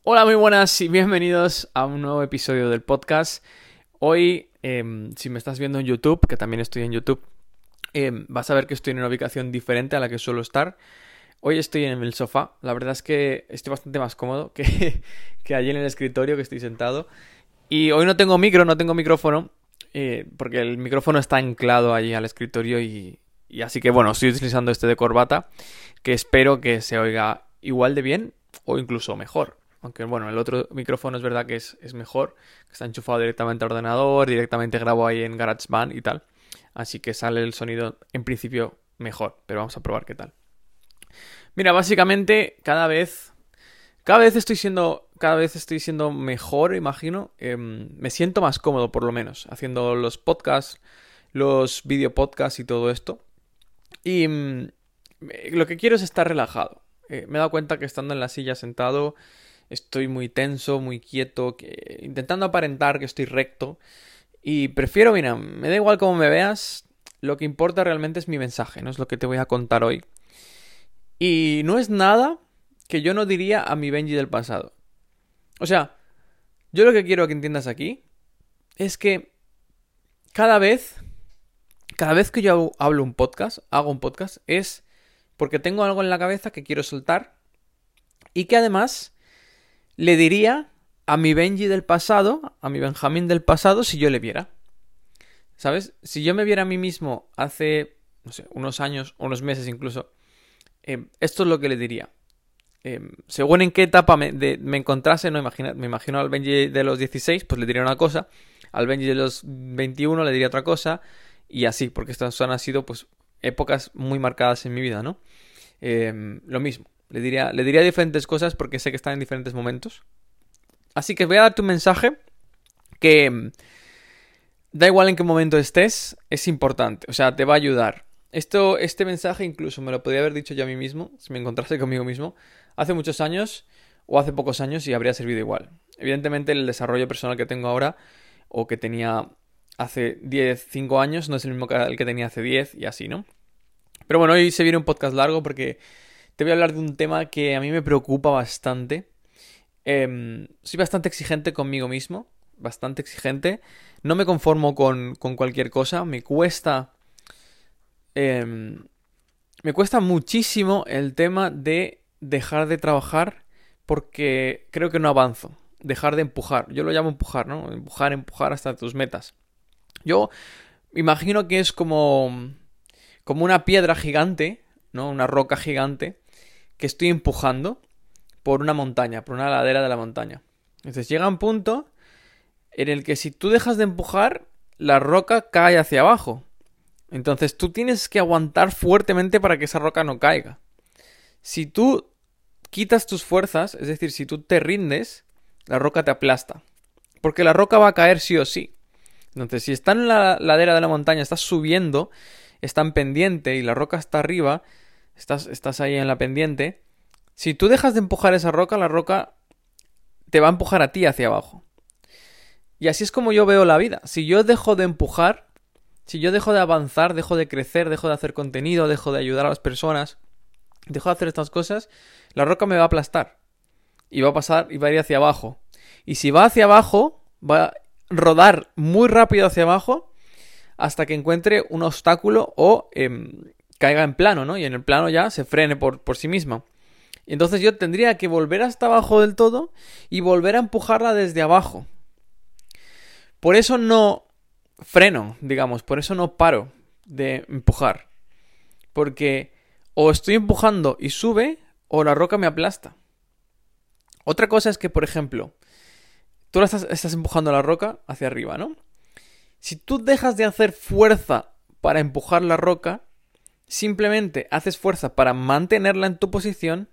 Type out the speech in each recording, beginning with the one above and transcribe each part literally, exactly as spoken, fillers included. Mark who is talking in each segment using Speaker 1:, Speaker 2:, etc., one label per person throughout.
Speaker 1: Hola, muy buenas y bienvenidos a un nuevo episodio del podcast. Hoy, eh, si me estás viendo en YouTube, que también estoy en YouTube, eh, vas a ver que estoy en una ubicación diferente a la que suelo estar. Hoy estoy en el sofá. La verdad es que estoy bastante más cómodo que, que allí en el escritorio que estoy sentado. Y hoy no tengo micro, no tengo micrófono, eh, porque el micrófono está anclado allí al escritorio y, y así que bueno, estoy utilizando este de corbata, que espero que se oiga igual de bien o incluso mejor. Aunque bueno, el otro micrófono es verdad que es, es mejor, que está enchufado directamente al ordenador, directamente grabo ahí en GarageBand y tal. Así que sale el sonido en principio mejor, pero vamos a probar qué tal. Mira, básicamente cada vez, cada vez estoy siendo, cada vez estoy siendo mejor, imagino. Eh, me siento más cómodo, por lo menos, haciendo los podcasts, los video podcasts y todo esto. Y mm, lo que quiero es estar relajado. Eh, me he dado cuenta que estando en la silla sentado estoy muy tenso, muy quieto, que, intentando aparentar que estoy recto. Y prefiero, mira, me da igual cómo me veas, lo que importa realmente es mi mensaje, no es lo que te voy a contar hoy. Y no es nada que yo no diría a mi Benji del pasado. O sea, yo lo que quiero que entiendas aquí es que cada vez, cada vez que yo hablo un podcast, hago un podcast, es porque tengo algo en la cabeza que quiero soltar y que además le diría a mi Benji del pasado, a mi Benjamín del pasado, si yo le viera. ¿Sabes? Si yo me viera a mí mismo hace, no sé, unos años, unos meses incluso, eh, esto es lo que le diría. Eh, según en qué etapa me, de, me encontrase, no imagina, me imagino al Benji de los dieciséis, pues le diría una cosa, al Benji de los veintiuno le diría otra cosa, y así, porque estas han sido pues épocas muy marcadas en mi vida, ¿no? Eh, lo mismo, le diría, le diría diferentes cosas porque sé que están en diferentes momentos. Así que voy a darte un mensaje que da igual en qué momento estés, es importante, o sea, te va a ayudar. Esto, este mensaje incluso me lo podría haber dicho yo a mí mismo, si me encontrase conmigo mismo, hace muchos años o hace pocos años y habría servido igual. Evidentemente el desarrollo personal que tengo ahora o que tenía hace diez, cinco años no es el mismo que el que tenía hace diez y así, ¿no? Pero bueno, hoy se viene un podcast largo porque te voy a hablar de un tema que a mí me preocupa bastante. Eh, soy bastante exigente conmigo mismo, bastante exigente. No me conformo con, con cualquier cosa, me cuesta... Eh, me cuesta muchísimo el tema de dejar de trabajar porque creo que no avanzo. Dejar de empujar. Yo lo llamo empujar, ¿no? Empujar, empujar hasta tus metas. Yo imagino que es como, como una piedra gigante, ¿no? Una roca gigante que estoy empujando por una montaña, por una ladera de la montaña. Entonces llega un punto en el que si tú dejas de empujar, la roca cae hacia abajo. Entonces tú tienes que aguantar fuertemente para que esa roca no caiga. Si tú quitas tus fuerzas, es decir, si tú te rindes, la roca te aplasta. Porque la roca va a caer sí o sí. Entonces, si está en la ladera de la montaña, estás subiendo, está en pendiente y la roca está arriba, estás, estás ahí en la pendiente. Si tú dejas de empujar esa roca, la roca te va a empujar a ti hacia abajo. Y así es como yo veo la vida. Si yo dejo de empujar, si yo dejo de avanzar, dejo de crecer, dejo de hacer contenido, dejo de ayudar a las personas, dejo de hacer estas cosas, la roca me va a aplastar. Y va a pasar y va a ir hacia abajo. Y si va hacia abajo, va a rodar muy rápido hacia abajo hasta que encuentre un obstáculo o eh, caiga en plano, ¿no? Y en el plano ya se frene por, por sí misma. Y entonces yo tendría que volver hasta abajo del todo y volver a empujarla desde abajo. Por eso no freno, digamos, por eso no paro de empujar. Porque o estoy empujando y sube o la roca me aplasta. Otra cosa es que, por ejemplo, tú la estás, estás empujando la roca hacia arriba, ¿no? Si tú dejas de hacer fuerza para empujar la roca, simplemente haces fuerza para mantenerla en tu posición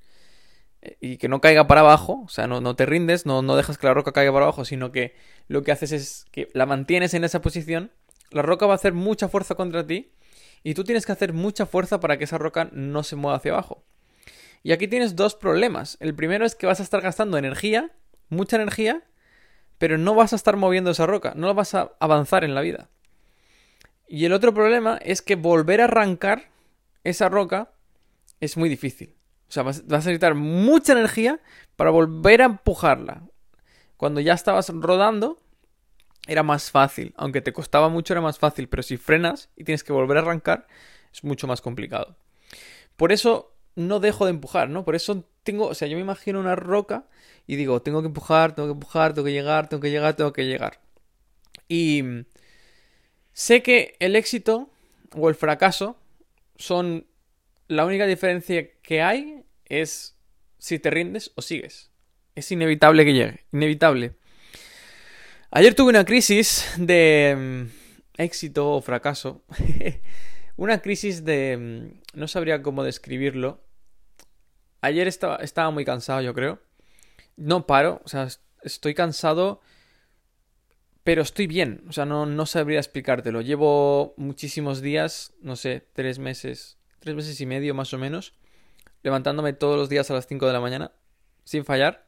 Speaker 1: y que no caiga para abajo, o sea, no, no te rindes, no, no dejas que la roca caiga para abajo, sino que lo que haces es que la mantienes en esa posición, la roca va a hacer mucha fuerza contra ti y tú tienes que hacer mucha fuerza para que esa roca no se mueva hacia abajo. Y aquí tienes dos problemas. El primero es que vas a estar gastando energía, mucha energía, pero no vas a estar moviendo esa roca, no vas a avanzar en la vida. Y el otro problema es que volver a arrancar esa roca es muy difícil. O sea, vas, vas a necesitar mucha energía para volver a empujarla. Cuando ya estabas rodando, era más fácil. Aunque te costaba mucho, era más fácil. Pero si frenas y tienes que volver a arrancar, es mucho más complicado. Por eso no dejo de empujar, ¿no? Por eso tengo, o sea, yo me imagino una roca y digo, tengo que empujar, tengo que empujar, tengo que llegar, tengo que llegar, tengo que llegar. Y sé que el éxito o el fracaso son la única diferencia que hay es si te rindes o sigues. Es inevitable que llegue, inevitable. Ayer tuve una crisis de um, éxito o fracaso. Una crisis de... Um, no sabría cómo describirlo. Ayer estaba, estaba muy cansado, yo creo. No paro, o sea, estoy cansado, pero estoy bien. O sea, no, no sabría explicártelo. Llevo muchísimos días, no sé, tres meses, tres meses y medio más o menos, levantándome todos los días a las cinco de la mañana, sin fallar,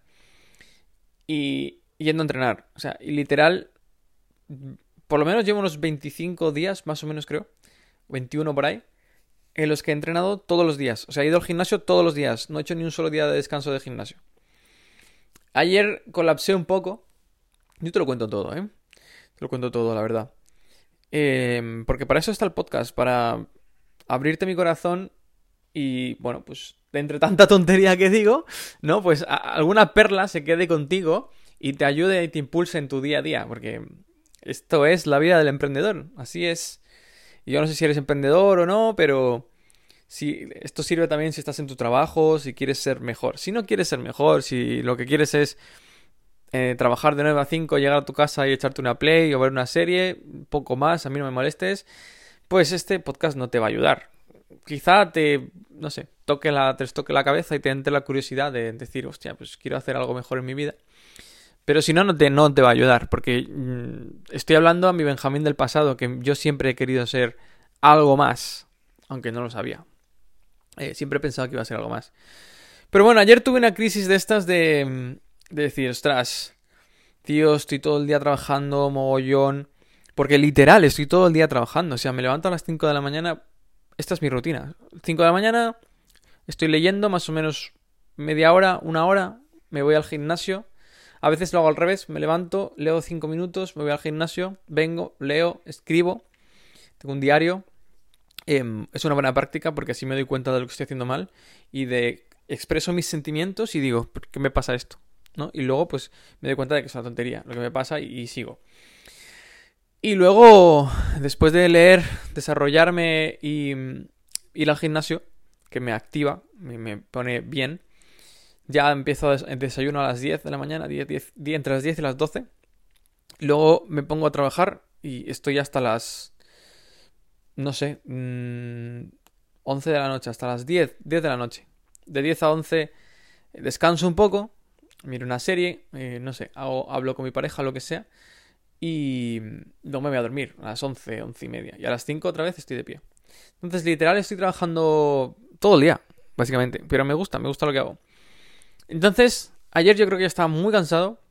Speaker 1: y yendo a entrenar. O sea, y literal, por lo menos llevo unos veinticinco días, más o menos creo, veintiuno por ahí, en los que he entrenado todos los días. O sea, he ido al gimnasio todos los días. No he hecho ni un solo día de descanso de gimnasio. Ayer colapsé un poco. Yo te lo cuento todo, ¿eh? Te lo cuento todo, la verdad. Eh, porque para eso está el podcast, para abrirte mi corazón y, bueno, pues de entre tanta tontería que digo, ¿no? Pues a- alguna perla se quede contigo y te ayude y te impulse en tu día a día, porque esto es la vida del emprendedor, así es. Y yo no sé si eres emprendedor o no, pero si esto sirve también si estás en tu trabajo, si quieres ser mejor. Si no quieres ser mejor, si lo que quieres es eh, trabajar de nueve a cinco, llegar a tu casa y echarte una play o ver una serie, poco más, a mí no me molestes, pues este podcast no te va a ayudar. Quizá te, no sé, toque la, te toque la cabeza y te entre la curiosidad de decir, hostia, pues quiero hacer algo mejor en mi vida. Pero si no, no te, no te va a ayudar, porque mmm, estoy hablando a mi Benjamín del pasado, que yo siempre he querido ser algo más, aunque no lo sabía. Eh, siempre he pensado que iba a ser algo más. Pero bueno, ayer tuve una crisis de estas de, de decir, ostras, tío, estoy todo el día trabajando, mogollón. Porque literal, estoy todo el día trabajando. O sea, me levanto a las cinco de la mañana. Esta es mi rutina. cinco de la mañana, estoy leyendo más o menos media hora, una hora. Me voy al gimnasio. A veces lo hago al revés. Me levanto, leo cinco minutos, me voy al gimnasio, vengo, leo, escribo. Tengo un diario. Eh, es una buena práctica porque así me doy cuenta de lo que estoy haciendo mal y de expreso mis sentimientos y digo, ¿por qué me pasa esto? ¿No? Y luego pues me doy cuenta de que es una tontería lo que me pasa y, y sigo. Y luego, después de leer, desarrollarme y mm, ir al gimnasio, que me activa, me, me pone bien, ya empiezo a des desayuno a las diez de la mañana, diez, diez, diez, entre las diez y las doce. Luego me pongo a trabajar y estoy hasta las, no sé, mmm, once de la noche, hasta las diez, diez de la noche. De diez a once descanso un poco, miro una serie, eh, no sé, hago, hablo con mi pareja, lo que sea. Y luego me voy a dormir a las once, once y media. Y a las cinco otra vez estoy de pie. Entonces, literal, estoy trabajando todo el día, básicamente. Pero me gusta, me gusta lo que hago. Entonces, ayer yo creo que ya estaba muy cansado.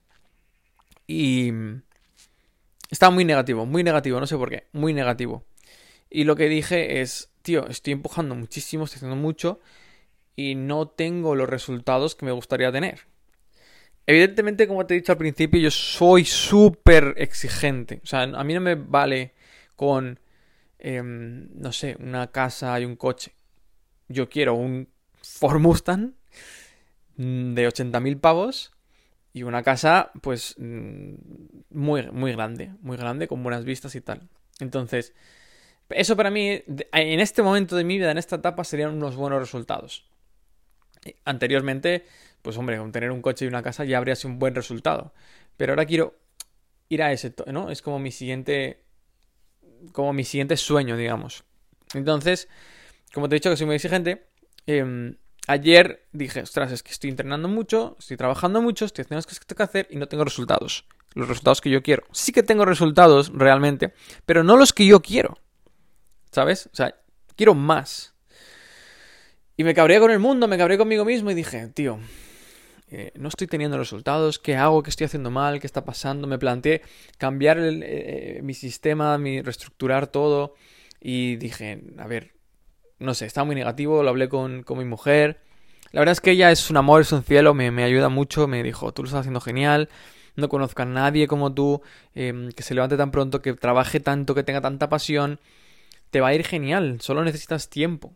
Speaker 1: Y estaba muy negativo, muy negativo, no sé por qué. Muy negativo. Y lo que dije es, tío, estoy empujando muchísimo, estoy haciendo mucho. Y no tengo los resultados que me gustaría tener. Evidentemente, como te he dicho al principio, yo soy súper exigente. O sea, a mí no me vale con, eh, no sé, una casa y un coche. Yo quiero un Ford Mustang de ochenta mil pavos y una casa, pues, muy, muy grande. Muy grande, con buenas vistas y tal. Entonces, eso para mí, en este momento de mi vida, en esta etapa, serían unos buenos resultados. Anteriormente, pues hombre, con tener un coche y una casa ya habría sido un buen resultado. Pero ahora quiero ir a ese, ¿no? Es como mi siguiente, como mi siguiente sueño, digamos. Entonces, como te he dicho que soy muy exigente, eh, ayer dije, ostras, es que estoy entrenando mucho, estoy trabajando mucho, estoy haciendo las cosas que tengo que hacer y no tengo resultados. Los resultados que yo quiero. Sí que tengo resultados realmente, pero no los que yo quiero. ¿Sabes? O sea, quiero más. Y me cabreé con el mundo, me cabreé conmigo mismo y dije, tío, eh, no estoy teniendo resultados, ¿qué hago? ¿Qué estoy haciendo mal? ¿Qué está pasando? Me planteé cambiar el, eh, mi sistema, mi, reestructurar todo y dije, a ver, no sé, estaba muy negativo, lo hablé con, con mi mujer, La verdad es que ella es un amor, es un cielo, me, me ayuda mucho, me dijo, tú lo estás haciendo genial, no conozco a nadie como tú, eh, que se levante tan pronto, que trabaje tanto, que tenga tanta pasión, te va a ir genial, solo necesitas tiempo.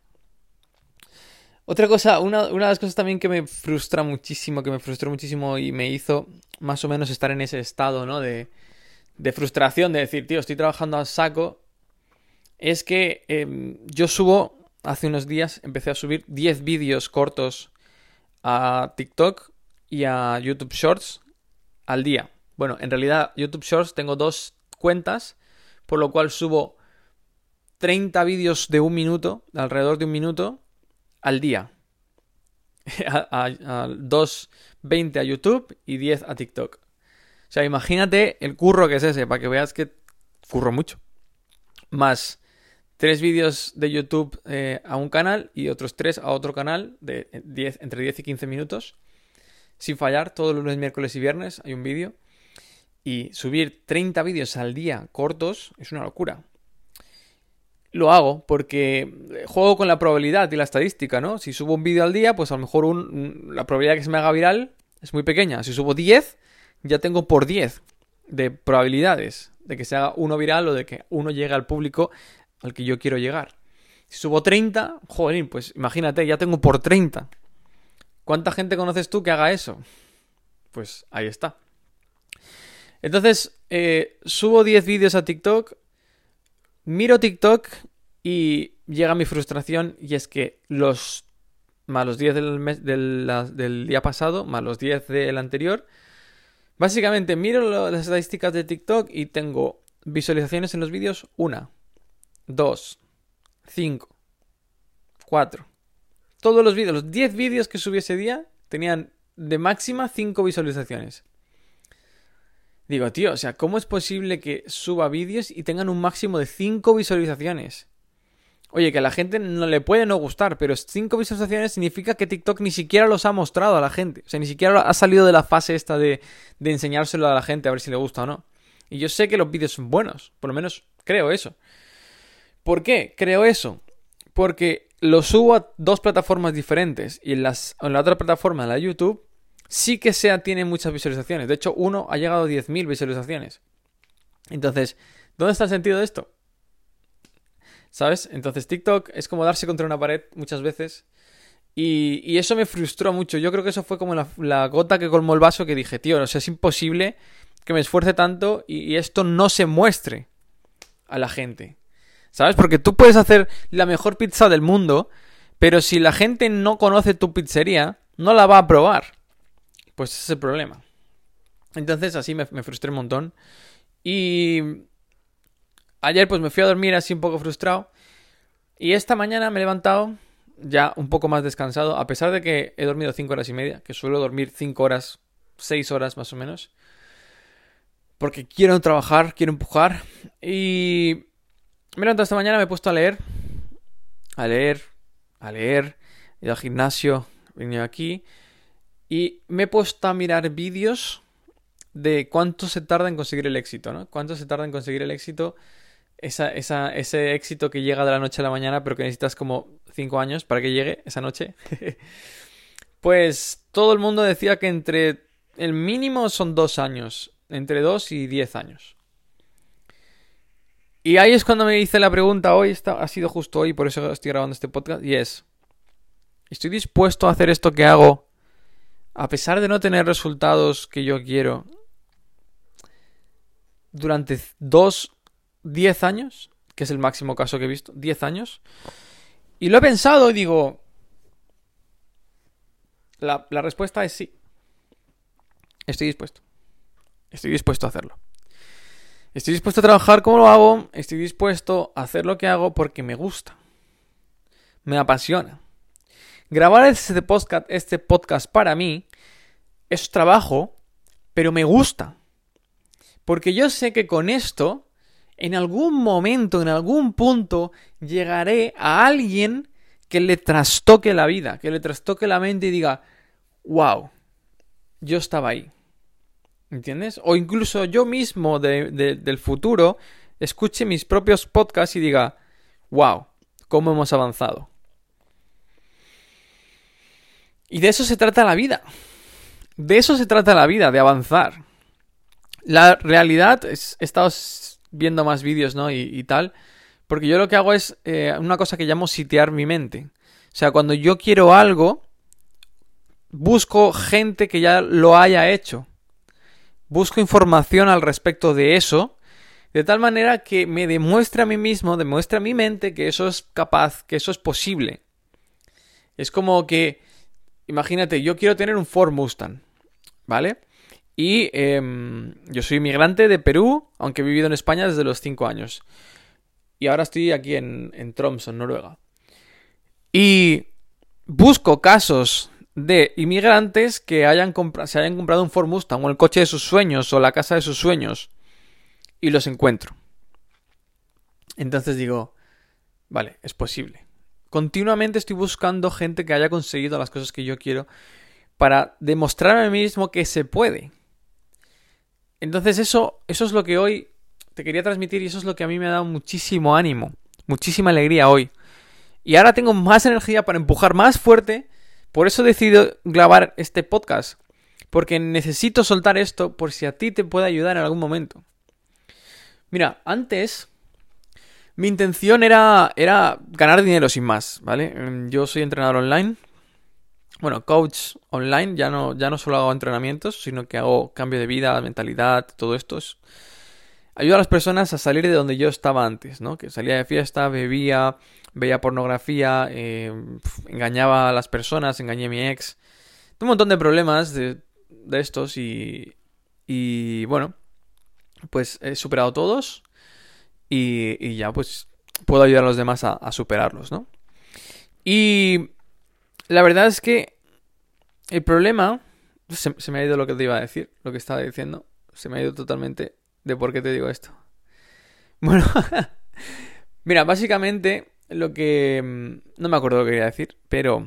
Speaker 1: Otra cosa, una, una de las cosas también que me frustra muchísimo, que me frustró muchísimo y me hizo más o menos estar en ese estado, ¿no? De, de frustración, de decir, tío, estoy trabajando a saco, es que eh, yo subo... Hace unos días empecé a subir diez vídeos cortos a TikTok y a YouTube Shorts al día. Bueno, en realidad YouTube Shorts tengo dos cuentas, por lo cual subo treinta vídeos de un minuto, alrededor de un minuto, al día. a, a, a dos, veinte a YouTube y diez a TikTok. O sea, imagínate el curro que es ese, para que veas que curro mucho. Más... Tres vídeos de YouTube eh, a un canal y otros tres a otro canal de diez, entre diez y quince minutos. Sin fallar, todos los lunes, miércoles y viernes hay un vídeo. Y subir treinta vídeos al día cortos es una locura. Lo hago porque juego con la probabilidad y la estadística, ¿no? Si subo un vídeo al día, pues a lo mejor un, la probabilidad de que se me haga viral es muy pequeña. Si subo diez, ya tengo por diez de probabilidades de que se haga uno viral o de que uno llegue al público al que yo quiero llegar. Si subo treinta, joder, pues imagínate, ya tengo por treinta. ¿Cuánta gente conoces tú que haga eso? Pues ahí está. Entonces, eh, subo diez vídeos a TikTok, miro TikTok y llega mi frustración, y es que los más los diez del, mes, del, del día pasado, más los diez del anterior, básicamente miro las estadísticas de TikTok y tengo visualizaciones en los vídeos una, dos, cinco, cuatro. Todos los vídeos, los diez vídeos que subí ese día tenían de máxima cinco visualizaciones. Digo, tío, o sea, ¿cómo es posible que suba vídeos y tengan un máximo de cinco visualizaciones? Oye, que a la gente no le puede no gustar, pero cinco visualizaciones significa que TikTok ni siquiera los ha mostrado a la gente. O sea, ni siquiera ha salido de la fase esta de, de enseñárselo a la gente a ver si le gusta o no. Y yo sé que los vídeos son buenos, por lo menos creo eso. ¿Por qué creo eso? Porque lo subo a dos plataformas diferentes y en, las, en la otra plataforma, la de YouTube, sí que sea, tiene muchas visualizaciones. De hecho, uno ha llegado a diez mil visualizaciones. Entonces, ¿dónde está el sentido de esto? ¿Sabes? Entonces TikTok es como darse contra una pared muchas veces y, y eso me frustró mucho. Yo creo que eso fue como la, la gota que colmó el vaso, que dije, tío, o sea, es imposible que me esfuerce tanto y, y esto no se muestre a la gente. ¿Sabes? Porque tú puedes hacer la mejor pizza del mundo, pero si la gente no conoce tu pizzería, no la va a probar. Pues ese es el problema. Entonces así me, me frustré un montón. Y ayer pues me fui a dormir así un poco frustrado. Y esta mañana me he levantado ya un poco más descansado, a pesar de que he dormido cinco horas y media, que suelo dormir cinco horas, seis horas más o menos. Porque quiero trabajar, quiero empujar. Y me he levantado esta mañana, me he puesto a leer. A leer, a leer. He ido al gimnasio, he venido aquí. Y me he puesto a mirar vídeos de cuánto se tarda en conseguir el éxito, ¿no? Cuánto se tarda en conseguir el éxito. Esa, esa, ese éxito que llega de la noche a la mañana, pero que necesitas como cinco años para que llegue esa noche. Pues todo el mundo decía que entre... El mínimo son dos años. Entre dos y diez años. Y ahí es cuando me hice la pregunta hoy. Está, ha sido justo hoy, por eso estoy grabando este podcast. Y es... ¿Estoy dispuesto a hacer esto que hago a pesar de no tener resultados que yo quiero durante dos, diez años? Que es el máximo caso que he visto. diez años. Y lo he pensado y digo... La, la respuesta es sí. Estoy dispuesto. Estoy dispuesto a hacerlo. Estoy dispuesto a trabajar como lo hago. Estoy dispuesto a hacer lo que hago porque me gusta. Me apasiona. Grabar este podcast, este podcast para mí es trabajo, pero me gusta. Porque yo sé que con esto, en algún momento, en algún punto, llegaré a alguien que le trastoque la vida, que le trastoque la mente y diga, wow, yo estaba ahí. ¿Entiendes? O incluso yo mismo de, de, del futuro escuche mis propios podcasts y diga, wow, cómo hemos avanzado. Y de eso se trata la vida. De eso se trata la vida, de avanzar. La realidad es, he estado viendo más vídeos, ¿no? Y, y tal. Porque yo lo que hago es eh, una cosa que llamo sitiar mi mente. O sea, cuando yo quiero algo, busco gente que ya lo haya hecho. Busco información al respecto de eso, de tal manera que me demuestre a mí mismo, demuestre a mi mente que eso es capaz, que eso es posible. Es como que, imagínate, yo quiero tener un Ford Mustang, ¿vale? Y eh, yo soy inmigrante de Perú, aunque he vivido en España desde los cinco años. Y ahora estoy aquí en, en Tromsø, en Noruega. Y busco casos de inmigrantes que hayan compra- se hayan comprado un Ford Mustang o el coche de sus sueños o la casa de sus sueños y los encuentro. Entonces digo, vale, es posible. Continuamente estoy buscando gente que haya conseguido las cosas que yo quiero para demostrarme a mí mismo que se puede. Entonces eso, eso es lo que hoy te quería transmitir y eso es lo que a mí me ha dado muchísimo ánimo, muchísima alegría hoy. Y ahora tengo más energía para empujar más fuerte. Por eso he decidido grabar este podcast. Porque necesito soltar esto por si a ti te puede ayudar en algún momento. Mira, antes mi intención era, era ganar dinero sin más, ¿vale? Yo soy entrenador online. Bueno, coach online. Ya no, ya no solo hago entrenamientos, sino que hago cambio de vida, mentalidad, todo esto. Es... Ayuda a las personas a salir de donde yo estaba antes, ¿no? Que salía de fiesta, bebía, veía pornografía, eh, engañaba a las personas, engañé a mi ex. Un montón de problemas de, de estos y, y bueno, pues he superado todos y, y ya pues puedo ayudar a los demás a, a superarlos, ¿no? Y la verdad es que el problema... Se, se me ha ido lo que te iba a decir, lo que estaba diciendo. Se me ha ido totalmente de por qué te digo esto. Bueno, mira, básicamente lo que... No me acuerdo lo que quería decir, pero...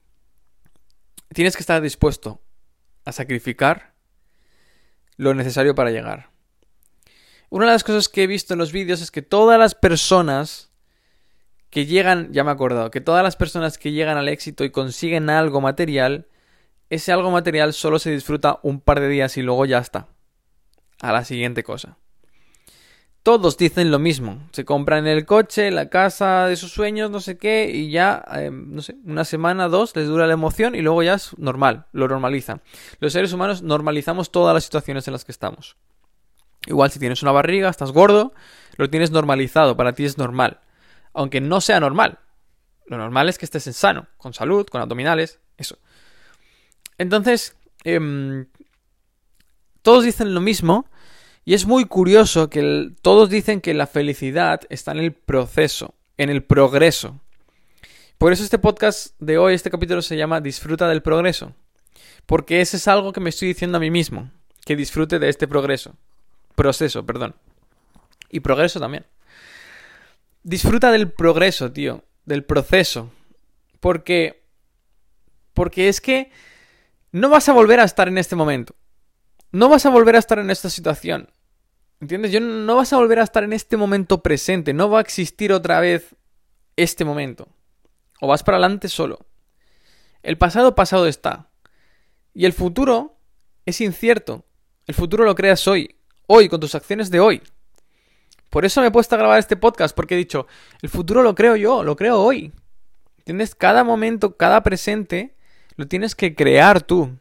Speaker 1: Tienes que estar dispuesto a sacrificar lo necesario para llegar. Una de las cosas que he visto en los vídeos es que todas las personas que llegan, ya me he acordado, que todas las personas que llegan al éxito y consiguen algo material, ese algo material solo se disfruta un par de días y luego ya está. A la siguiente cosa. Todos dicen lo mismo. Se compran el coche, la casa de sus sueños, no sé qué, y ya, eh, no sé, una semana, dos, les dura la emoción y luego ya es normal, lo normalizan. Los seres humanos normalizamos todas las situaciones en las que estamos. Igual si tienes una barriga, estás gordo, lo tienes normalizado, para ti es normal. Aunque no sea normal. Lo normal es que estés en sano, con salud, con abdominales, eso. Entonces, eh, todos dicen lo mismo. Y es muy curioso que el, todos dicen que la felicidad está en el proceso, en el progreso. Por eso este podcast de hoy, este capítulo se llama Disfruta del progreso. Porque ese es algo que me estoy diciendo a mí mismo, que disfrute de este progreso. Proceso, perdón. Y progreso también. Disfruta del progreso, tío, del proceso. Porque, porque es que no vas a volver a estar en este momento. No vas a volver a estar en esta situación. ¿Entiendes? Yo no vas a volver a estar en este momento presente. No va a existir otra vez este momento. O vas para adelante solo. El pasado pasado está. Y el futuro es incierto. El futuro lo creas hoy. Hoy, con tus acciones de hoy. Por eso me he puesto a grabar este podcast. Porque he dicho, el futuro lo creo yo. Lo creo hoy. ¿Entiendes? Cada momento, cada presente, lo tienes que crear tú.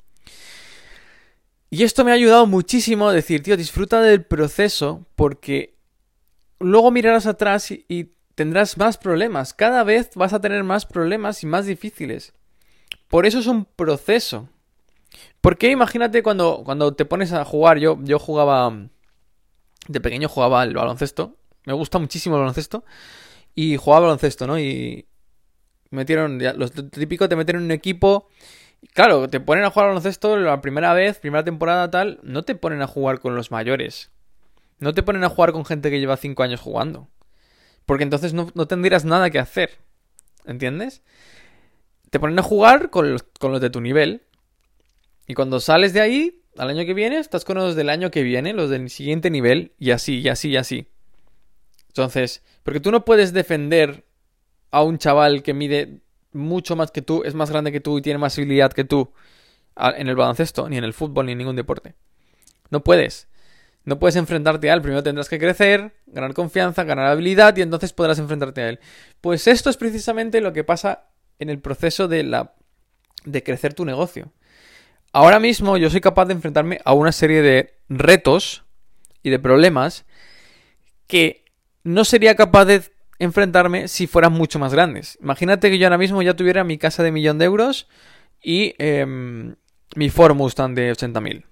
Speaker 1: Y esto me ha ayudado muchísimo a decir, tío, disfruta del proceso porque luego mirarás atrás y, y tendrás más problemas. Cada vez vas a tener más problemas y más difíciles. Por eso es un proceso. Porque imagínate cuando, cuando te pones a jugar, yo, yo jugaba, de pequeño jugaba al baloncesto. Me gusta muchísimo el baloncesto. Y jugaba baloncesto, ¿no? Y metieron, ya, lo típico, te meten en un equipo... Claro, te ponen a jugar al baloncesto la primera vez, primera temporada tal, no te ponen a jugar con los mayores. No te ponen a jugar con gente que lleva cinco años jugando. Porque entonces no, no tendrías nada que hacer. ¿Entiendes? Te ponen a jugar con los, con los de tu nivel. Y cuando sales de ahí, al año que viene, estás con los del año que viene, los del siguiente nivel, y así, y así, y así. Entonces, porque tú no puedes defender a un chaval que mide mucho más que tú, es más grande que tú y tiene más habilidad que tú en el baloncesto, ni en el fútbol, ni en ningún deporte. No puedes. No puedes enfrentarte a él. Primero tendrás que crecer, ganar confianza, ganar habilidad y entonces podrás enfrentarte a él. Pues esto es precisamente lo que pasa en el proceso de, la, de crecer tu negocio. Ahora mismo yo soy capaz de enfrentarme a una serie de retos y de problemas que no sería capaz de enfrentarme si fueran mucho más grandes. Imagínate que yo ahora mismo ya tuviera mi casa de millón de euros y eh, mi Ford Mustang de ochenta mil.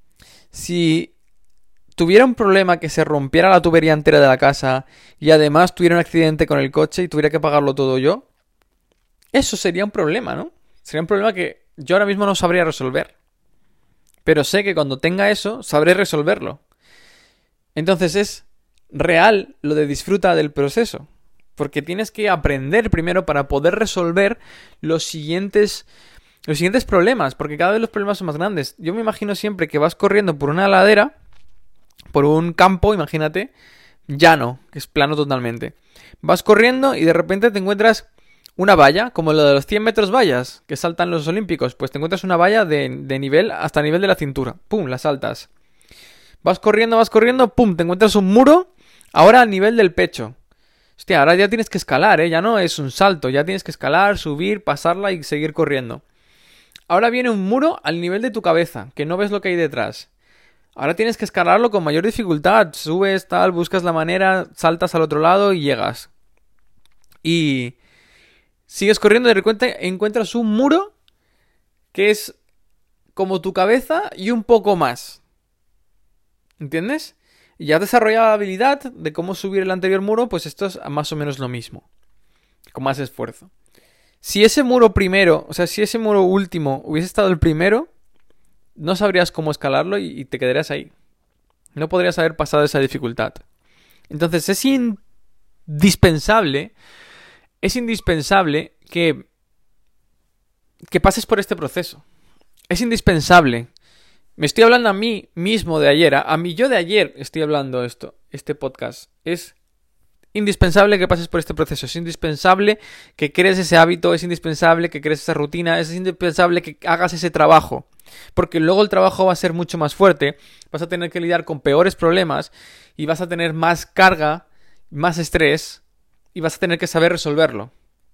Speaker 1: Si tuviera un problema que se rompiera la tubería entera de la casa y además tuviera un accidente con el coche y tuviera que pagarlo todo yo, eso sería un problema, ¿no? Sería un problema que yo ahora mismo no sabría resolver. Pero sé que cuando tenga eso, sabré resolverlo. Entonces es real lo de disfruta del proceso. Porque tienes que aprender primero para poder resolver los siguientes, los siguientes problemas. Porque cada vez los problemas son más grandes. Yo me imagino siempre que vas corriendo por una ladera, por un campo, imagínate, llano, que es plano totalmente. Vas corriendo y de repente te encuentras una valla, como lo de los cien metros vallas que saltan los olímpicos. Pues te encuentras una valla de, de nivel hasta el nivel de la cintura. ¡Pum! La saltas. Vas corriendo, vas corriendo, ¡pum! Te encuentras un muro, ahora al nivel del pecho. Hostia, ahora ya tienes que escalar, ¿eh? Ya no es un salto, ya tienes que escalar, subir, pasarla y seguir corriendo. Ahora viene un muro al nivel de tu cabeza, que no ves lo que hay detrás. Ahora tienes que escalarlo con mayor dificultad. Subes, tal, buscas la manera, saltas al otro lado y llegas. Y sigues corriendo y de repente encuentras un muro que es como tu cabeza y un poco más. ¿Entiendes? Y ya has desarrollado la habilidad de cómo subir el anterior muro, pues esto es más o menos lo mismo. Con más esfuerzo. Si ese muro primero, o sea, si ese muro último hubiese estado el primero, no sabrías cómo escalarlo y, y te quedarías ahí. No podrías haber pasado esa dificultad. Entonces es indispensable, es indispensable que, que pases por este proceso. Es indispensable. Me estoy hablando a mí mismo de ayer, a, a mí yo de ayer estoy hablando esto, este podcast. Es indispensable que pases por este proceso, es indispensable que crees ese hábito, es indispensable que crees esa rutina, es indispensable que hagas ese trabajo. Porque luego el trabajo va a ser mucho más fuerte, vas a tener que lidiar con peores problemas y vas a tener más carga, más estrés y vas a tener que saber resolverlo.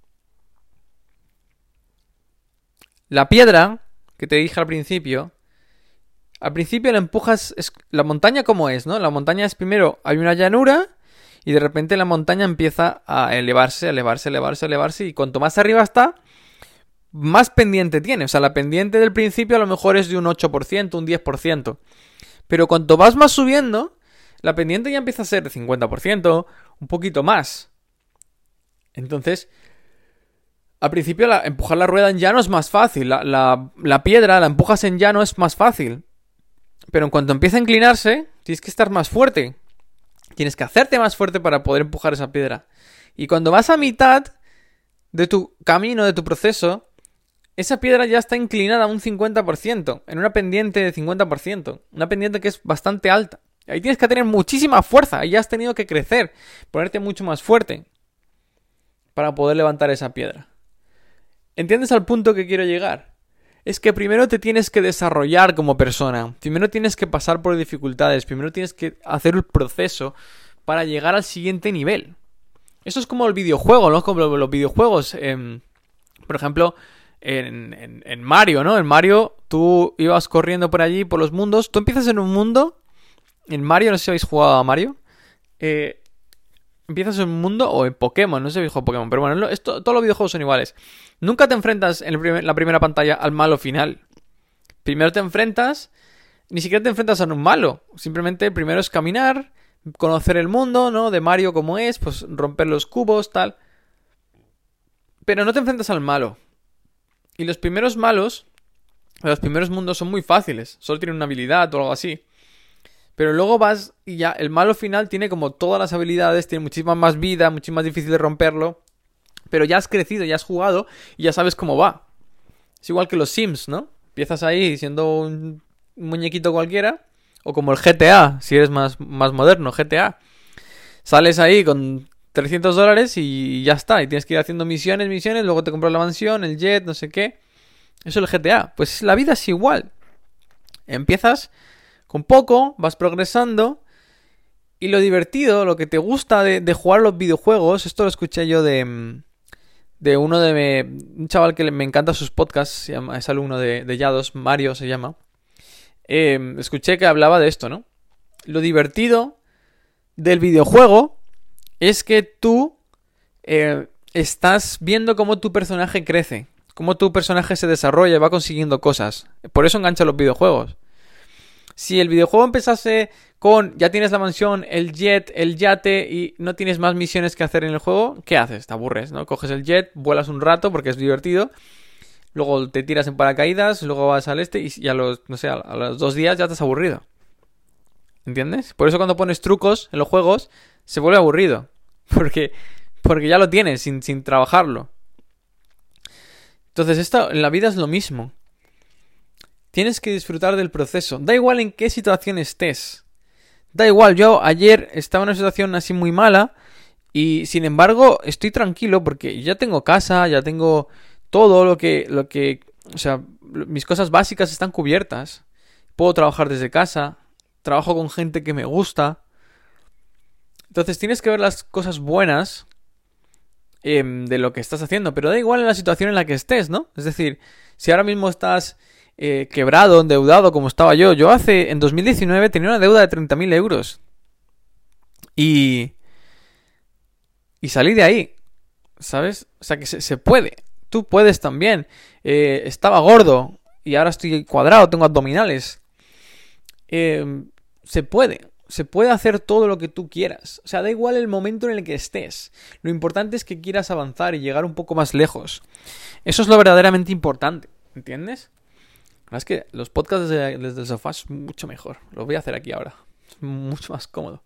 Speaker 1: La piedra, que te dije al principio, al principio la empujas, es, la montaña como es, ¿no? La montaña es primero, hay una llanura y de repente la montaña empieza a elevarse, elevarse, elevarse, elevarse y cuanto más arriba está, más pendiente tiene. O sea, la pendiente del principio a lo mejor es de un ocho por ciento, un diez por ciento. Pero cuanto vas más subiendo, la pendiente ya empieza a ser de cincuenta por ciento, un poquito más. Entonces, al principio la, empujar la rueda en llano es más fácil. La, la, la piedra la empujas en llano es más fácil. Pero en cuanto empieza a inclinarse, tienes que estar más fuerte. Tienes que hacerte más fuerte para poder empujar esa piedra. Y cuando vas a mitad de tu camino, de tu proceso, esa piedra ya está inclinada a un cincuenta por ciento, en una pendiente de cincuenta por ciento. Una pendiente que es bastante alta. Ahí tienes que tener muchísima fuerza. Ahí has tenido que crecer, ponerte mucho más fuerte para poder levantar esa piedra. ¿Entiendes al punto que quiero llegar? Es que primero te tienes que desarrollar como persona. Primero tienes que pasar por dificultades. Primero tienes que hacer el proceso para llegar al siguiente nivel. Eso es como el videojuego, ¿no? Como los videojuegos. Eh, por ejemplo, en, en, en Mario, ¿no? En Mario tú ibas corriendo por allí, por los mundos. Tú empiezas en un mundo. En Mario, no sé si habéis jugado a Mario. Eh, empiezas en un mundo, o en Pokémon, no sé si habéis jugado a Pokémon. Pero bueno, esto, todos los videojuegos son iguales. Nunca te enfrentas en el primer, la primera pantalla al malo final. Primero te enfrentas, ni siquiera te enfrentas a un malo. Simplemente primero es caminar, conocer el mundo, ¿no? De Mario como es, pues romper los cubos, tal. Pero no te enfrentas al malo. Y los primeros malos, los primeros mundos son muy fáciles. Solo tienen una habilidad o algo así. Pero luego vas y ya el malo final tiene como todas las habilidades, tiene muchísima más vida, mucho más difícil de romperlo. Pero ya has crecido, ya has jugado y ya sabes cómo va. Es igual que los Sims, ¿no? Empiezas ahí siendo un muñequito cualquiera. O como el G T A, si eres más, más moderno, G T A. Sales ahí con trescientos dólares y ya está. Y tienes que ir haciendo misiones, misiones, luego te compras la mansión, el jet, no sé qué. Eso es el G T A. Pues la vida es igual. Empiezas con poco, vas progresando. Y lo divertido, lo que te gusta de, de jugar los videojuegos, esto lo escuché yo de, de uno de me, un chaval que me encanta sus podcasts, se llama, es alumno de, de Yados, Mario se llama. Eh, escuché que hablaba de esto, ¿no? Lo divertido del videojuego es que tú eh, estás viendo cómo tu personaje crece, cómo tu personaje se desarrolla y va consiguiendo cosas. Por eso engancha los videojuegos. Si el videojuego empezase con ya tienes la mansión, el jet, el yate y no tienes más misiones que hacer en el juego, ¿qué haces? Te aburres, ¿no? Coges el jet, vuelas un rato porque es divertido, luego te tiras en paracaídas, luego vas al este y a los, no sé, a los dos días ya te has aburrido. ¿Entiendes? Por eso cuando pones trucos en los juegos se vuelve aburrido. Porque, porque ya lo tienes sin, sin trabajarlo. Entonces esto en la vida es lo mismo. Tienes que disfrutar del proceso. Da igual en qué situación estés. Da igual, yo ayer estaba en una situación así muy mala y sin embargo estoy tranquilo porque ya tengo casa, ya tengo todo lo que, lo que, o sea, mis cosas básicas están cubiertas. Puedo trabajar desde casa, trabajo con gente que me gusta. Entonces tienes que ver las cosas buenas eh, de lo que estás haciendo, pero da igual en la situación en la que estés, ¿no? Es decir, si ahora mismo estás eh, quebrado, endeudado, como estaba yo, yo hace, en dos mil diecinueve tenía una deuda de treinta mil euros. Y... Y salí de ahí, ¿sabes? O sea que se, se puede. Tú puedes también. Eh, estaba gordo y ahora estoy cuadrado, tengo abdominales. Eh, se puede. Se puede hacer todo lo que tú quieras. O sea, da igual el momento en el que estés. Lo importante es que quieras avanzar y llegar un poco más lejos. Eso es lo verdaderamente importante. ¿Entiendes? La verdad es que los podcasts desde, desde el sofá es mucho mejor. Los voy a hacer aquí ahora. Es mucho más cómodo.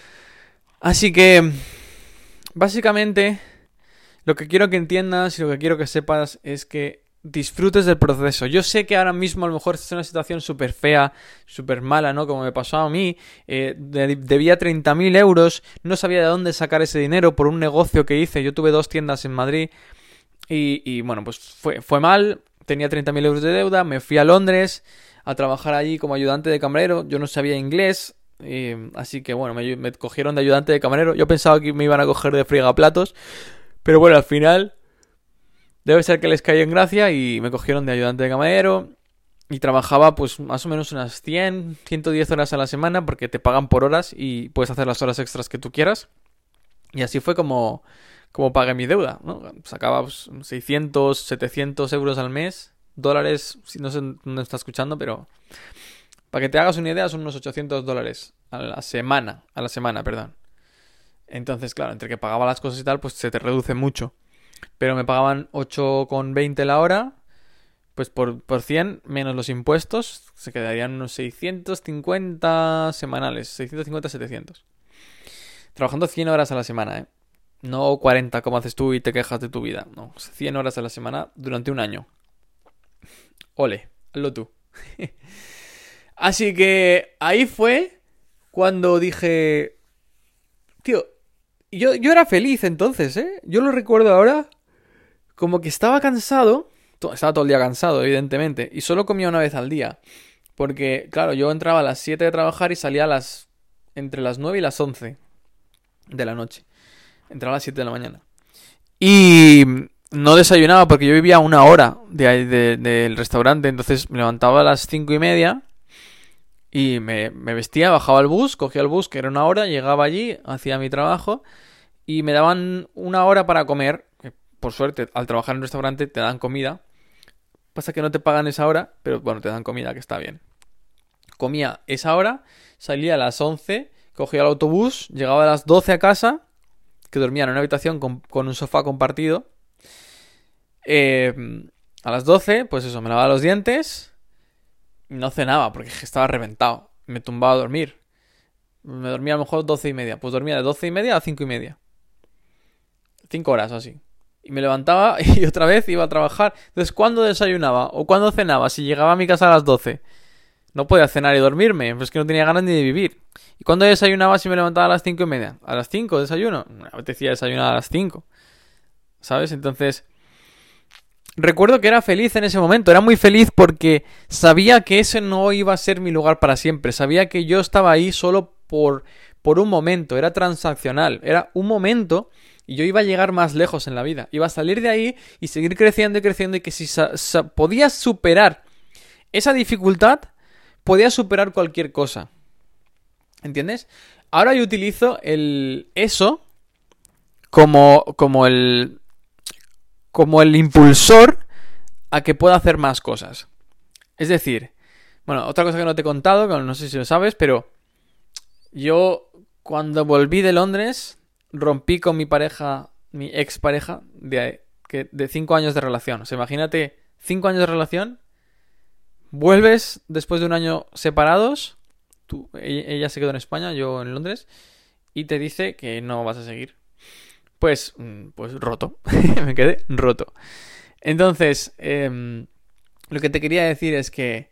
Speaker 1: Así que... Básicamente, lo que quiero que entiendas y lo que quiero que sepas es que disfrutes del proceso. Yo sé que ahora mismo a lo mejor estás en una situación súper fea, súper mala, ¿no? Como me pasó a mí. Eh, debía treinta mil euros, no sabía de dónde sacar ese dinero por un negocio que hice. Yo tuve dos tiendas en Madrid y, y bueno, pues fue, fue mal. Tenía treinta mil euros de deuda, me fui a Londres a trabajar allí como ayudante de camarero. Yo no sabía inglés. Eh, así que bueno, me, me cogieron de ayudante de camarero. Yo pensaba que me iban a coger de friegaplatos, pero bueno, al final debe ser que les caí en gracia y me cogieron de ayudante de camarero. Y trabajaba pues más o menos unas cien, ciento diez horas a la semana, porque te pagan por horas y puedes hacer las horas extras que tú quieras. Y así fue como, como pagué mi deuda, ¿no? Sacaba pues, seiscientos, setecientos euros al mes, dólares, si no sé dónde está escuchando, pero... Para que te hagas una idea, son unos ochocientos dólares a la semana, a la semana, perdón. Entonces, claro, entre que pagaba las cosas y tal, pues se te reduce mucho. Pero me pagaban ocho con veinte la hora, pues por, por cien, menos los impuestos, se quedarían unos seiscientos cincuenta semanales, seiscientos cincuenta, setecientos. Trabajando cien horas a la semana, ¿eh? No cuarenta como haces tú y te quejas de tu vida. No, cien horas a la semana durante un año. Ole, hazlo tú. Así que ahí fue cuando dije... Tío, yo, yo era feliz entonces, ¿eh? Yo lo recuerdo ahora como que estaba cansado. Estaba todo el día cansado, evidentemente. Y solo comía una vez al día. Porque, claro, yo entraba a las siete de trabajar y salía a las... entre las nueve y las once de la noche. Entraba a las siete de la mañana. Y... no desayunaba porque yo vivía a una hora de, de, del restaurante. Entonces me levantaba a las cinco y media... Y me, me vestía, bajaba al bus, cogía el bus, que era una hora, llegaba allí, hacía mi trabajo y me daban una hora para comer. Que por suerte, al trabajar en un restaurante te dan comida. Pasa que no te pagan esa hora, pero bueno, te dan comida, que está bien. Comía esa hora, salía a las once, cogía el autobús, llegaba a las doce a casa, que dormía en una habitación con, con un sofá compartido. Eh, a las doce, pues eso, me lavaba los dientes... No cenaba porque estaba reventado. Me tumbaba a dormir. Me dormía a lo mejor doce y media. Pues dormía de doce y media a cinco y media. Cinco horas así. Y me levantaba y otra vez iba a trabajar. Entonces, ¿cuándo desayunaba? ¿O cuándo cenaba? Si llegaba a mi casa a las doce. No podía cenar y dormirme, pues que no tenía ganas ni de vivir. ¿Y cuando desayunaba si me levantaba a las cinco y media? ¿A las cinco desayuno? Me apetecía desayunar a las cinco. ¿Sabes? Entonces, recuerdo que era feliz en ese momento. Era muy feliz porque sabía que ese no iba a ser mi lugar para siempre. Sabía que yo estaba ahí solo por, por un momento. Era transaccional. Era un momento y yo iba a llegar más lejos en la vida. Iba a salir de ahí y seguir creciendo y creciendo. Y que si sa- sa- podía superar esa dificultad, podía superar cualquier cosa. ¿Entiendes? Ahora yo utilizo el eso como, como el como el impulsor a que pueda hacer más cosas. Es decir, bueno, otra cosa que no te he contado, que no sé si lo sabes, pero yo cuando volví de Londres rompí con mi pareja, mi ex pareja de, que- de cinco años de relación. O sea, imagínate, cinco años de relación, vuelves después de un año separados, tú, ella, ella se quedó en España, yo en Londres, y te dice que no vas a seguir. Pues, mm, pues roto. Me quedé roto. Entonces, em, lo que te quería decir es que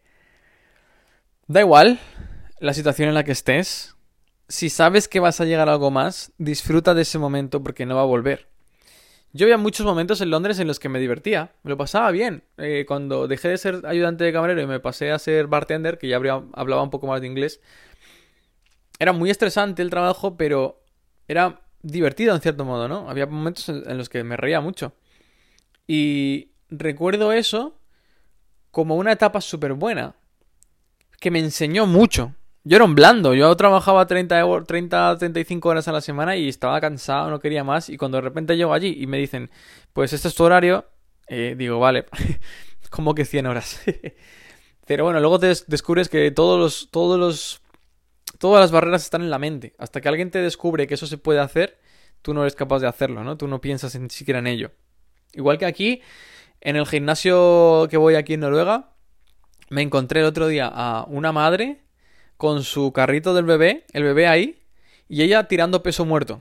Speaker 1: da igual la situación en la que estés. Si sabes que vas a llegar a algo más, disfruta de ese momento porque no va a volver. Yo había muchos momentos en Londres en los que me divertía, me lo pasaba bien. Eh, cuando dejé de ser ayudante de camarero y me pasé a ser bartender, que ya habría- hablaba un poco más de inglés, era muy estresante el trabajo, pero era divertido en cierto modo, ¿no? Había momentos en en los que me reía mucho. Y recuerdo eso como una etapa súper buena, que me enseñó mucho. Yo era un blando, yo trabajaba treinta, eur- treinta, treinta y cinco horas a la semana y estaba cansado, no quería más. Y cuando de repente llego allí y me dicen, pues este es tu horario, eh, digo, vale, como que cien horas. Pero bueno, luego te des- descubres que todos los, todos los, todas las barreras están en la mente. Hasta que alguien te descubre que eso se puede hacer, tú no eres capaz de hacerlo, ¿no? Tú no piensas ni siquiera en ello. Igual que aquí, en el gimnasio que voy aquí en Noruega, me encontré el otro día a una madre con su carrito del bebé, el bebé ahí, y ella tirando peso muerto.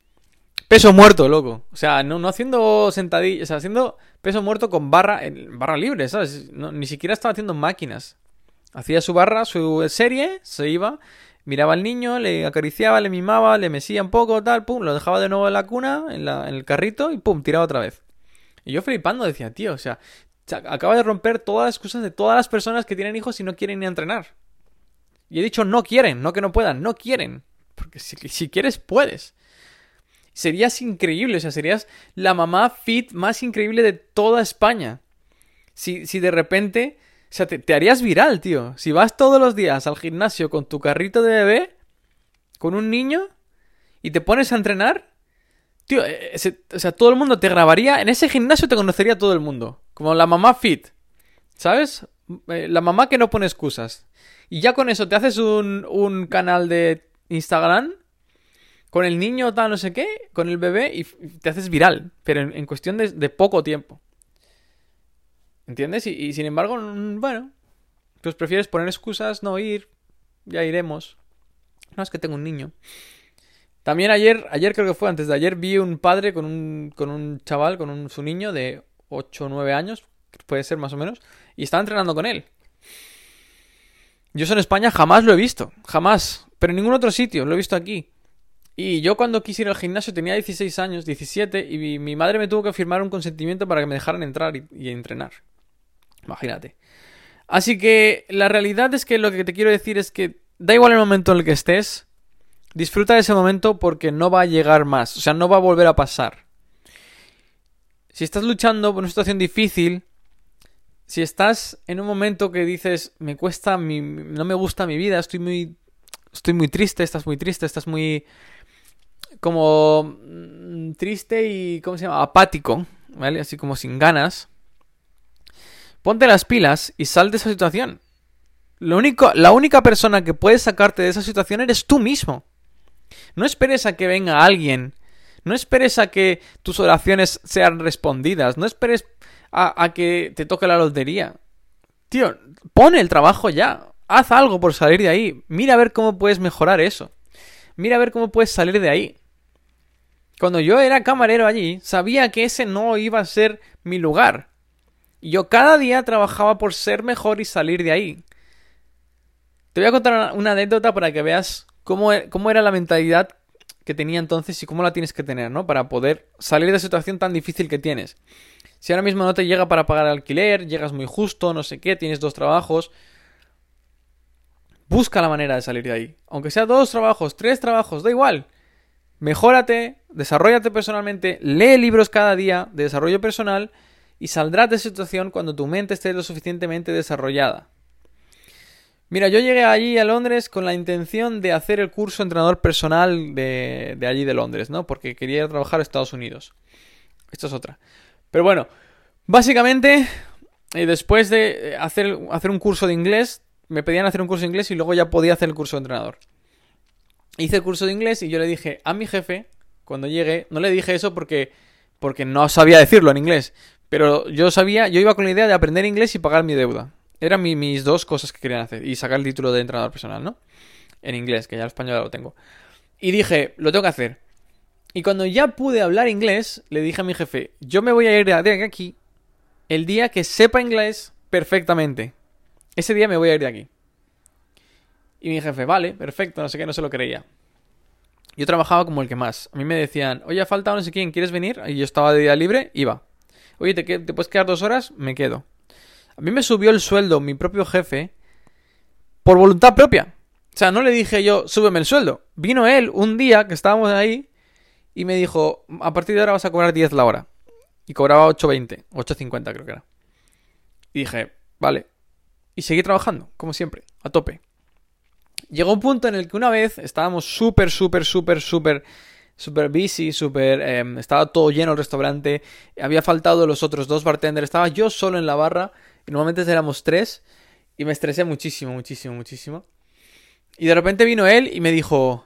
Speaker 1: Peso muerto, loco. O sea, no, no haciendo sentadillas, o sea, haciendo peso muerto con barra, en barra libre, ¿sabes? No, ni siquiera estaba haciendo máquinas. Hacía su barra, su serie, se iba, miraba al niño, le acariciaba, le mimaba, le mesía un poco, tal, pum, lo dejaba de nuevo en la cuna, en, la, en el carrito, y pum, tiraba otra vez. Y yo flipando decía, tío, o sea, acaba de romper todas las excusas de todas las personas que tienen hijos y no quieren ni entrenar. Y he dicho no quieren, no que no puedan, no quieren. Porque si, si quieres, puedes. Serías increíble, o sea, serías la mamá fit más increíble de toda España. Si, si de repente, o sea, te, te harías viral, tío. Si vas todos los días al gimnasio con tu carrito de bebé, con un niño, y te pones a entrenar, tío, eh, ese- o sea, todo el mundo te grabaría. En ese gimnasio te conocería todo el mundo. Como la mamá fit. ¿Sabes? Eh, La mamá que no pone excusas. Y ya con eso te haces un, un canal de Instagram con el niño tal no sé qué, con el bebé y f- te haces viral. Pero en, en cuestión de, de poco tiempo. ¿Entiendes? Y, y sin embargo, mm, bueno, pues prefieres poner excusas, no ir, ya iremos. No, es que tengo un niño. También ayer, ayer creo que fue antes de ayer, vi un padre con un, con un chaval, con un, su niño de ocho o nueve años, puede ser más o menos, y estaba entrenando con él. Yo eso en España jamás lo he visto, jamás, pero en ningún otro sitio, lo he visto aquí. Y yo cuando quise ir al gimnasio tenía dieciséis años, diecisiete, y mi, mi madre me tuvo que firmar un consentimiento para que me dejaran entrar y, y entrenar. Imagínate. Así que la realidad es que lo que te quiero decir es que da igual el momento en el que estés, disfruta de ese momento porque no va a llegar más, o sea, no va a volver a pasar. Si estás luchando por una situación difícil, si estás en un momento que dices, me cuesta, mi, no me gusta mi vida, estoy muy, estoy muy triste, estás muy triste, estás muy como mm, triste y, ¿cómo se llama? Apático, ¿vale? Así como sin ganas. Ponte las pilas y sal de esa situación. Lo único, la única persona que puede sacarte de esa situación eres tú mismo. No esperes a que venga alguien. No esperes a que tus oraciones sean respondidas. No esperes a, a que te toque la lotería. Tío, pon el trabajo ya. Haz algo por salir de ahí. Mira a ver cómo puedes mejorar eso. Mira a ver cómo puedes salir de ahí. Cuando yo era camarero allí, sabía que ese no iba a ser mi lugar. Y yo cada día trabajaba por ser mejor y salir de ahí. Te voy a contar una, una anécdota para que veas cómo, cómo era la mentalidad que tenía entonces y cómo la tienes que tener, ¿no? Para poder salir de la situación tan difícil que tienes. Si ahora mismo no te llega para pagar el alquiler, llegas muy justo, no sé qué, tienes dos trabajos, busca la manera de salir de ahí. Aunque sea dos trabajos, tres trabajos, da igual. Mejórate, desarróllate personalmente, lee libros cada día de desarrollo personal y saldrás de esa situación cuando tu mente esté lo suficientemente desarrollada. Mira, yo llegué allí a Londres con la intención de hacer el curso entrenador personal de, de allí de Londres, ¿no? Porque quería ir a trabajar a Estados Unidos. Esto es otra. Pero bueno, básicamente, eh, después de hacer, hacer un curso de inglés, me pedían hacer un curso de inglés y luego ya podía hacer el curso de entrenador. Hice el curso de inglés y yo le dije a mi jefe, cuando llegué, no le dije eso porque, porque no sabía decirlo en inglés, pero yo sabía, yo iba con la idea de aprender inglés y pagar mi deuda. Eran mi, mis dos cosas que querían hacer. Y sacar el título de entrenador personal, ¿no? En inglés, que ya el español ya lo tengo. Y dije, lo tengo que hacer. Y cuando ya pude hablar inglés, le dije a mi jefe, yo me voy a ir de aquí el día que sepa inglés perfectamente. Ese día me voy a ir de aquí. Y mi jefe, vale, perfecto, no sé qué, no se lo creía. Yo trabajaba como el que más. A mí me decían, oye, ha faltado no sé quién, ¿quieres venir? Y yo estaba de día libre, iba. Oye, ¿te, ¿te puedes quedar dos horas? Me quedo. A mí me subió el sueldo mi propio jefe por voluntad propia. O sea, no le dije yo, súbeme el sueldo. Vino él un día que estábamos ahí y me dijo, a partir de ahora vas a cobrar diez la hora. Y cobraba ocho veinte, ocho cincuenta creo que era. Y dije, vale. Y seguí trabajando, como siempre, a tope. Llegó un punto en el que una vez estábamos súper, súper, súper, súper, súper busy, súper... Eh, estaba todo lleno el restaurante. Había faltado los otros dos bartenders. Estaba yo solo en la barra. Y normalmente éramos tres. Y me estresé muchísimo, muchísimo, muchísimo. Y de repente vino él y me dijo...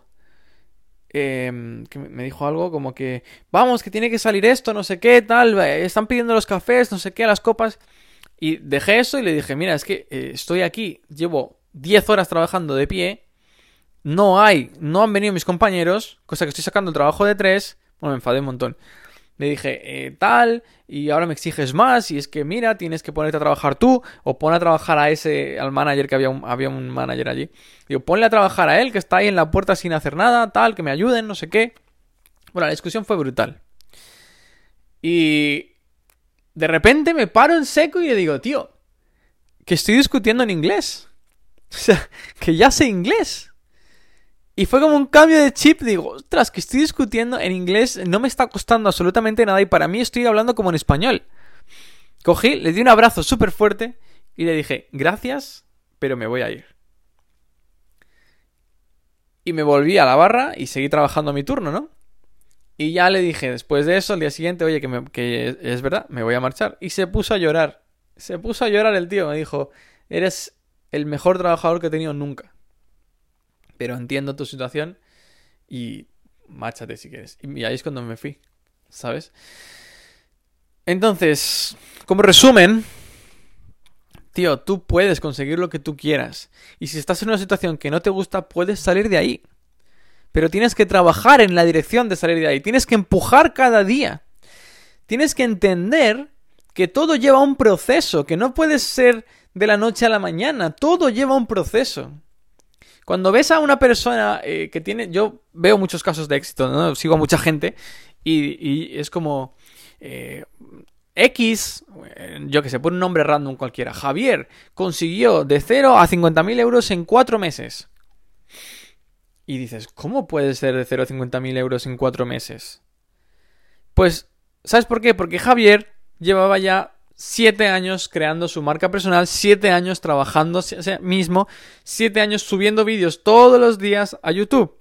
Speaker 1: Eh, que me dijo algo como que... Vamos, que tiene que salir esto, no sé qué, tal. Están pidiendo los cafés, no sé qué, las copas. Y dejé eso y le dije, mira, es que eh, estoy aquí, llevo diez horas trabajando de pie, no hay, no han venido mis compañeros, cosa que estoy sacando el trabajo de tres, bueno, me enfadé un montón. Le dije, eh, tal, y ahora me exiges más, y es que mira, tienes que ponerte a trabajar tú, o pon a trabajar a ese, al manager, que había un, había un manager allí. Digo, ponle a trabajar a él, que está ahí en la puerta sin hacer nada, tal, que me ayuden, no sé qué. Bueno, la discusión fue brutal. Y... de repente me paro en seco y le digo, tío, que estoy discutiendo en inglés. O sea, que ya sé inglés. Y fue como un cambio de chip. Digo, ostras, que estoy discutiendo en inglés, no me está costando absolutamente nada y para mí estoy hablando como en español. Cogí, le di un abrazo súper fuerte y le dije, gracias, pero me voy a ir. Y me volví a la barra y seguí trabajando mi turno, ¿no? Y ya le dije, después de eso, al día siguiente, oye, que, me, que es verdad, me voy a marchar. Y se puso a llorar. Se puso a llorar el tío. Me dijo, eres el mejor trabajador que he tenido nunca. Pero entiendo tu situación y márchate si quieres. Y ahí es cuando me fui, ¿sabes? Entonces, como resumen, tío, tú puedes conseguir lo que tú quieras. Y si estás en una situación que no te gusta, puedes salir de ahí. Pero tienes que trabajar en la dirección de salir de ahí. Tienes que empujar cada día. Tienes que entender que todo lleva un proceso, que no puedes ser de la noche a la mañana. Todo lleva un proceso. Cuando ves a una persona eh, que tiene... Yo veo muchos casos de éxito, ¿no? Sigo a mucha gente y, y es como... Eh, X, yo que sé, pon un nombre random cualquiera. Javier consiguió de cero a cincuenta mil euros en cuatro meses. Y dices, ¿cómo puede ser de cero a cincuenta mil euros en cuatro meses? Pues, ¿sabes por qué? Porque Javier llevaba ya siete años creando su marca personal, siete años trabajando a sí mismo, siete años subiendo vídeos todos los días a YouTube.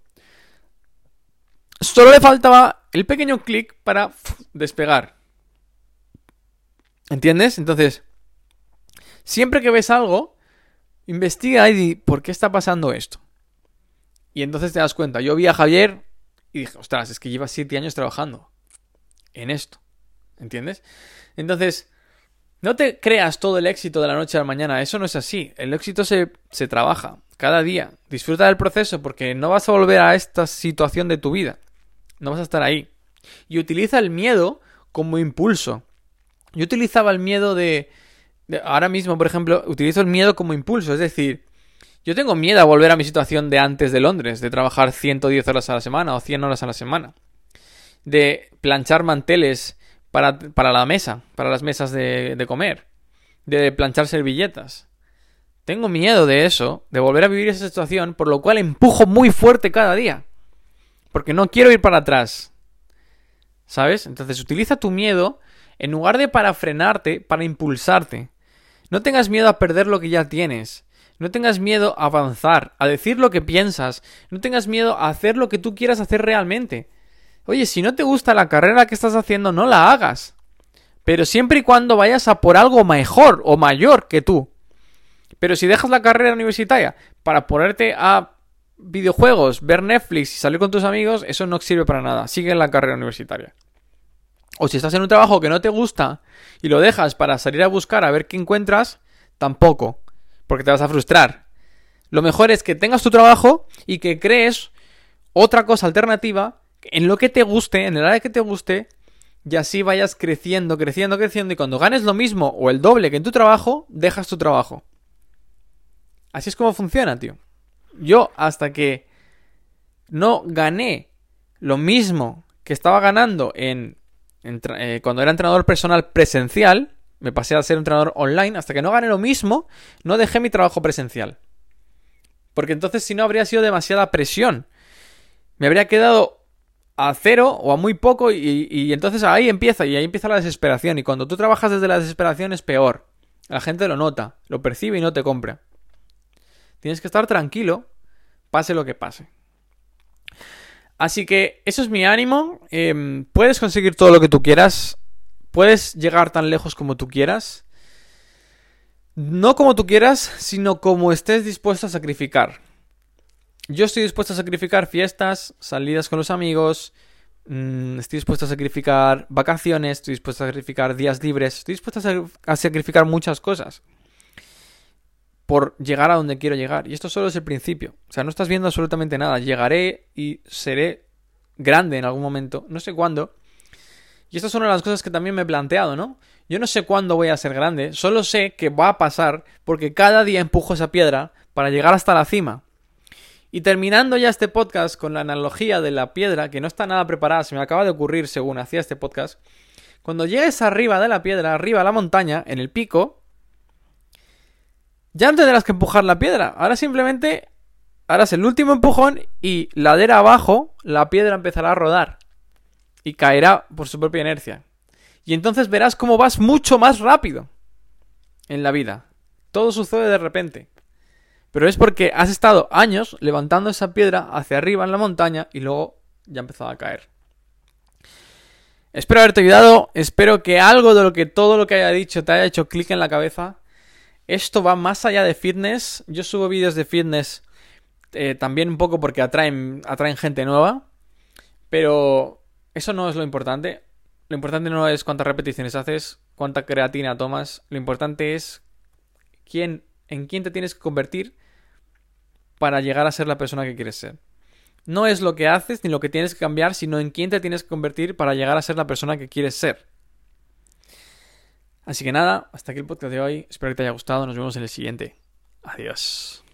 Speaker 1: Solo le faltaba el pequeño clic para uf, despegar. ¿Entiendes? Entonces, siempre que ves algo, investiga y di, ¿por qué está pasando esto? Y entonces te das cuenta. Yo vi a Javier y dije, ostras, es que lleva siete años trabajando en esto. ¿Entiendes? Entonces, no te creas todo el éxito de la noche a la mañana. Eso no es así. El éxito se, se trabaja cada día. Disfruta del proceso porque no vas a volver a esta situación de tu vida. No vas a estar ahí. Y utiliza el miedo como impulso. Yo utilizaba el miedo de, de... Ahora mismo, por ejemplo, utilizo el miedo como impulso. Es decir, Yo tengo miedo a volver a mi situación de antes de Londres, de trabajar ciento diez horas a la semana o cien horas a la semana. De planchar manteles para, para la mesa, para las mesas de, de comer. De planchar servilletas. Tengo miedo de eso, de volver a vivir esa situación, por lo cual empujo muy fuerte cada día. Porque no quiero ir para atrás. ¿Sabes? Entonces utiliza tu miedo en lugar de para frenarte, para impulsarte. No tengas miedo a perder lo que ya tienes. No tengas miedo a avanzar, a decir lo que piensas. No tengas miedo a hacer lo que tú quieras hacer realmente. Oye, si no te gusta la carrera que estás haciendo, no la hagas. Pero siempre y cuando vayas a por algo mejor o mayor que tú. Pero si dejas la carrera universitaria para ponerte a videojuegos, ver Netflix y salir con tus amigos, eso no sirve para nada. Sigue en la carrera universitaria. O si estás en un trabajo que no te gusta y lo dejas para salir a buscar a ver qué encuentras, tampoco. Porque te vas a frustrar. Lo mejor es que tengas tu trabajo y que crees otra cosa alternativa en lo que te guste, en el área que te guste, y así vayas creciendo, creciendo, creciendo, y cuando ganes lo mismo o el doble que en tu trabajo, dejas tu trabajo. Así es como funciona, tío. Yo, hasta que no gané lo mismo que estaba ganando en, en eh, cuando era entrenador personal presencial, me pasé a ser entrenador online, hasta que no gané lo mismo, no dejé mi trabajo presencial. Porque entonces si no habría sido demasiada presión. Me habría quedado a cero o a muy poco y, y entonces ahí empieza, y ahí empieza la desesperación. Y cuando tú trabajas desde la desesperación es peor. La gente lo nota, lo percibe y no te compra. Tienes que estar tranquilo, pase lo que pase. Así que eso es mi ánimo. Eh, puedes conseguir todo lo que tú quieras. Puedes llegar tan lejos como tú quieras. No como tú quieras, sino como estés dispuesto a sacrificar. Yo estoy dispuesto a sacrificar fiestas, salidas con los amigos. Mmm, estoy dispuesto a sacrificar vacaciones. Estoy dispuesto a sacrificar días libres. Estoy dispuesto a, sa- a sacrificar muchas cosas por llegar a donde quiero llegar. Y esto solo es el principio. O sea, no estás viendo absolutamente nada. Llegaré y seré grande en algún momento. No sé cuándo. Y estas son una de las cosas que también me he planteado, ¿no? Yo no sé cuándo voy a ser grande. Solo sé que va a pasar porque cada día empujo esa piedra para llegar hasta la cima. Y terminando ya este podcast con la analogía de la piedra, que no está nada preparada, se me acaba de ocurrir según hacía este podcast. Cuando llegues arriba de la piedra, arriba de la montaña, en el pico, ya no tendrás que empujar la piedra. Ahora simplemente harás el último empujón y ladera abajo, la piedra empezará a rodar. Y caerá por su propia inercia. Y entonces verás cómo vas mucho más rápido en la vida. Todo sucede de repente. Pero es porque has estado años levantando esa piedra hacia arriba en la montaña y luego ya ha empezado a caer. Espero haberte ayudado. Espero que algo de lo que todo lo que haya dicho te haya hecho clic en la cabeza. Esto va más allá de fitness. Yo subo vídeos de fitness eh, también un poco porque atraen, atraen gente nueva. Pero eso no es lo importante. Lo importante no es cuántas repeticiones haces, cuánta creatina tomas. Lo importante es quién, en quién te tienes que convertir para llegar a ser la persona que quieres ser. No es lo que haces ni lo que tienes que cambiar, sino en quién te tienes que convertir para llegar a ser la persona que quieres ser. Así que nada, hasta aquí el podcast de hoy. Espero que te haya gustado. Nos vemos en el siguiente. Adiós.